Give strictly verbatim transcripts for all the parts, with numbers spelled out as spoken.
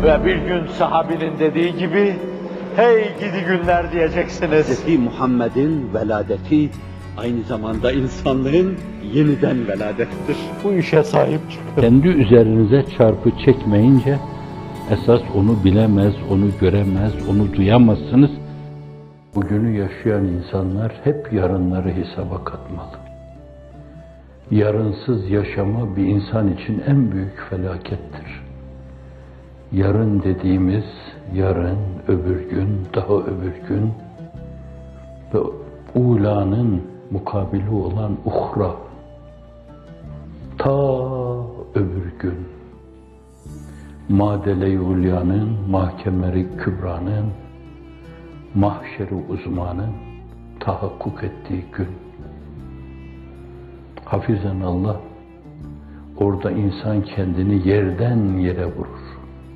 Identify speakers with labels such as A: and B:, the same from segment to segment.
A: Ve bir gün sahabinin dediği gibi, hey gidi günler diyeceksiniz.
B: Hazreti Muhammed'in veladeti aynı zamanda insanlığın yeniden veladettir.
A: Bu işe sahip çıkın.
C: Kendi üzerinize çarpı çekmeyince, esas onu bilemez, onu göremez, onu duyamazsınız. Bugünü yaşayan insanlar hep yarınları hesaba katmalı. Yarınsız yaşama bir insan için en büyük felakettir. Yarın dediğimiz, yarın, öbür gün, daha öbür gün ve ulanın mukabili olan uhra, ta öbür gün, madele-i ulyanın, mahkeme-i kübranın, mahşer-i uzmanın tahakkuk ettiği gün. Hafizan Allah, orada insan kendini yerden yere vurur.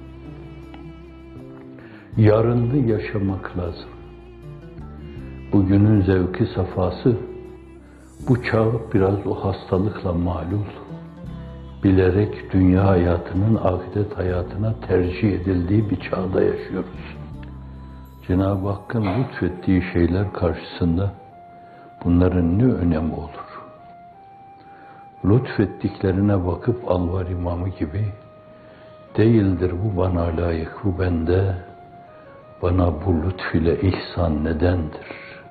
C: Yarını yaşamak lazım. Bugünün zevki safhası, bu çağ biraz o hastalıkla malul. Bilerek dünya hayatının ahiret hayatına tercih edildiği bir çağda yaşıyoruz. Cenab-ı Hakk'ın lütfettiği şeyler karşısında bunların ne önemi olur? Lütfettiklerine bakıp Alvar İmamı gibi, değildir bu bana layık, bu bende, bana bu lütfüyle ihsan nedendir?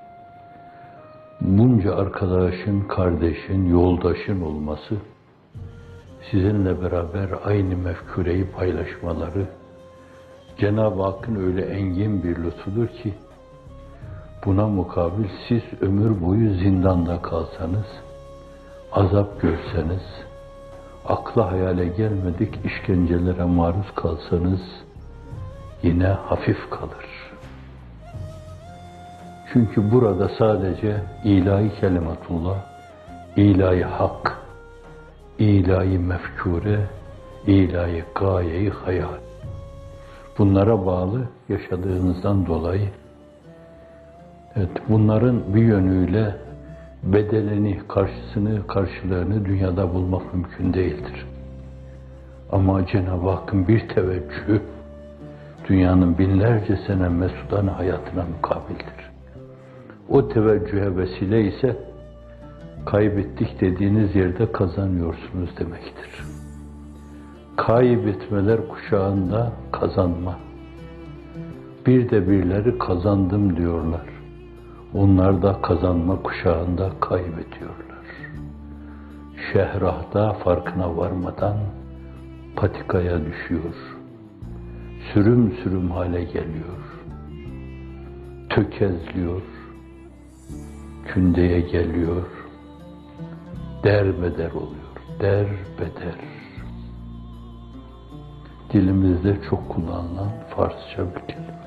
C: Bunca arkadaşın, kardeşin, yoldaşın olması, sizinle beraber aynı mefkureyi paylaşmaları, Cenab-ı Hakk'ın öyle engin bir lütfudur ki, buna mukabil siz ömür boyu zindanda kalsanız, azap görseniz, akla hayale gelmedik işkencelere maruz kalsanız, yine hafif kalır. Çünkü burada sadece ilahi kelimatullah, ilahi hak, ilahi mefkure, ilahi gaye-i hayal. Bunlara bağlı yaşadığınızdan dolayı, evet, bunların bir yönüyle bedelini, karşısını, karşılığını dünyada bulmak mümkün değildir. Ama Cenab-ı Hakk'ın bir teveccühü, dünyanın binlerce sene mesudane hayatına mukabildir. O teveccühe vesile ise, kaybettik dediğiniz yerde kazanıyorsunuz demektir. Kaybetmeler kuşağında kazanma. Bir de birileri kazandım diyorlar. Onlar da kazanma kuşağında kaybediyorlar. Şehrahta farkına varmadan patikaya düşüyor. Sürüm sürüm hale geliyor. Tökezliyor. Kündeye geliyor. Derbeder oluyor. Derbeder. Dilimizde çok kullanılan Farsça bir kelime.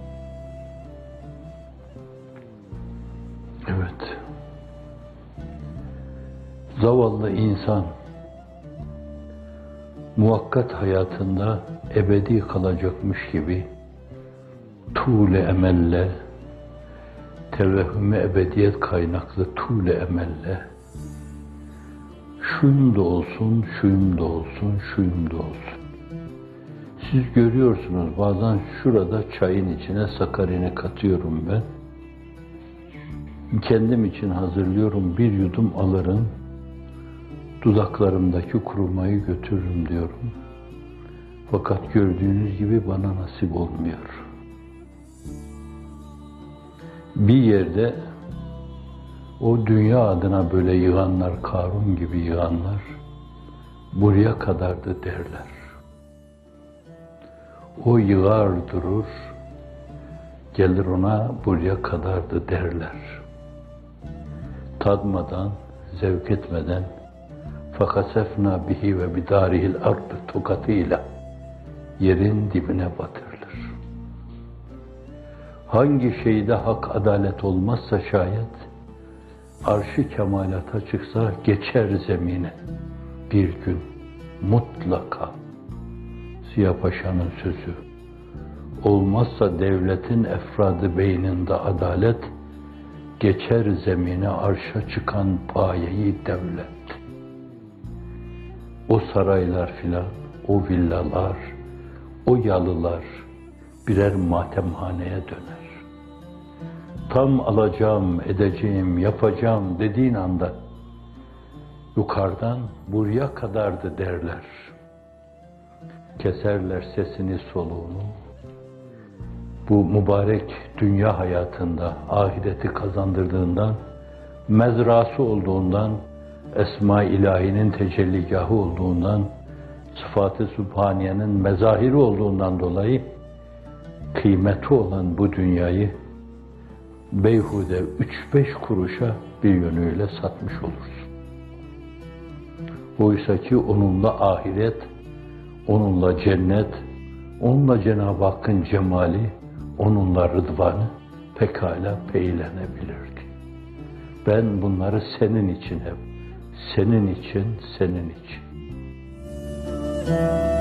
C: Evet. Zavallı insan muvakkat hayatında ebedi kalacakmış gibi tuğle emelle, tevehhüm-i ebediyet kaynaklı tuğle emelle, şuyum da olsun, şuyum da olsun, şuyum da olsun. Siz görüyorsunuz, bazen şurada çayın içine sakarini katıyorum ben. Kendim için hazırlıyorum, bir yudum alırım, dudaklarımdaki kurumayı götürürüm diyorum. Fakat gördüğünüz gibi bana nasip olmuyor. Bir yerde o dünya adına böyle yığanlar, Karun gibi yığanlar, buraya kadardı derler. O yığar durur, gelir ona buraya kadardı derler. Tadmadan, zevk etmeden, fakasefna bihi ve bidarihil ardı tokatıyla yerin dibine batırılır. Hangi şeyde hak adalet olmazsa şayet, arş-ı kemalata çıksa geçer zemine bir gün mutlaka. Ziya Paşa'nın sözü. Olmazsa devletin efradı beyninde adalet, geçer zemine arşa çıkan payeyi devlet. O saraylar filan, o villalar, o yalılar birer matemhaneye döner. Tam alacağım, edeceğim, yapacağım dediğin anda yukarıdan buraya kadardı derler. Keserler sesini soluğunu. Bu mübarek dünya hayatında ahireti kazandırdığından, mezrası olduğundan, Esma-i İlahi'nin tecelligahı olduğundan, Sıfat-ı Sübhaniye'nin mezahiri olduğundan dolayı kıymeti olan bu dünyayı beyhude üç beş kuruşa bir yönüyle satmış olursun. Oysa ki onunla ahiret, onunla cennet, onunla Cenab-ı Hakk'ın cemali, onunla rıdvanı pekala peylenebilirdi. Ben bunları senin için hep, senin için, senin için.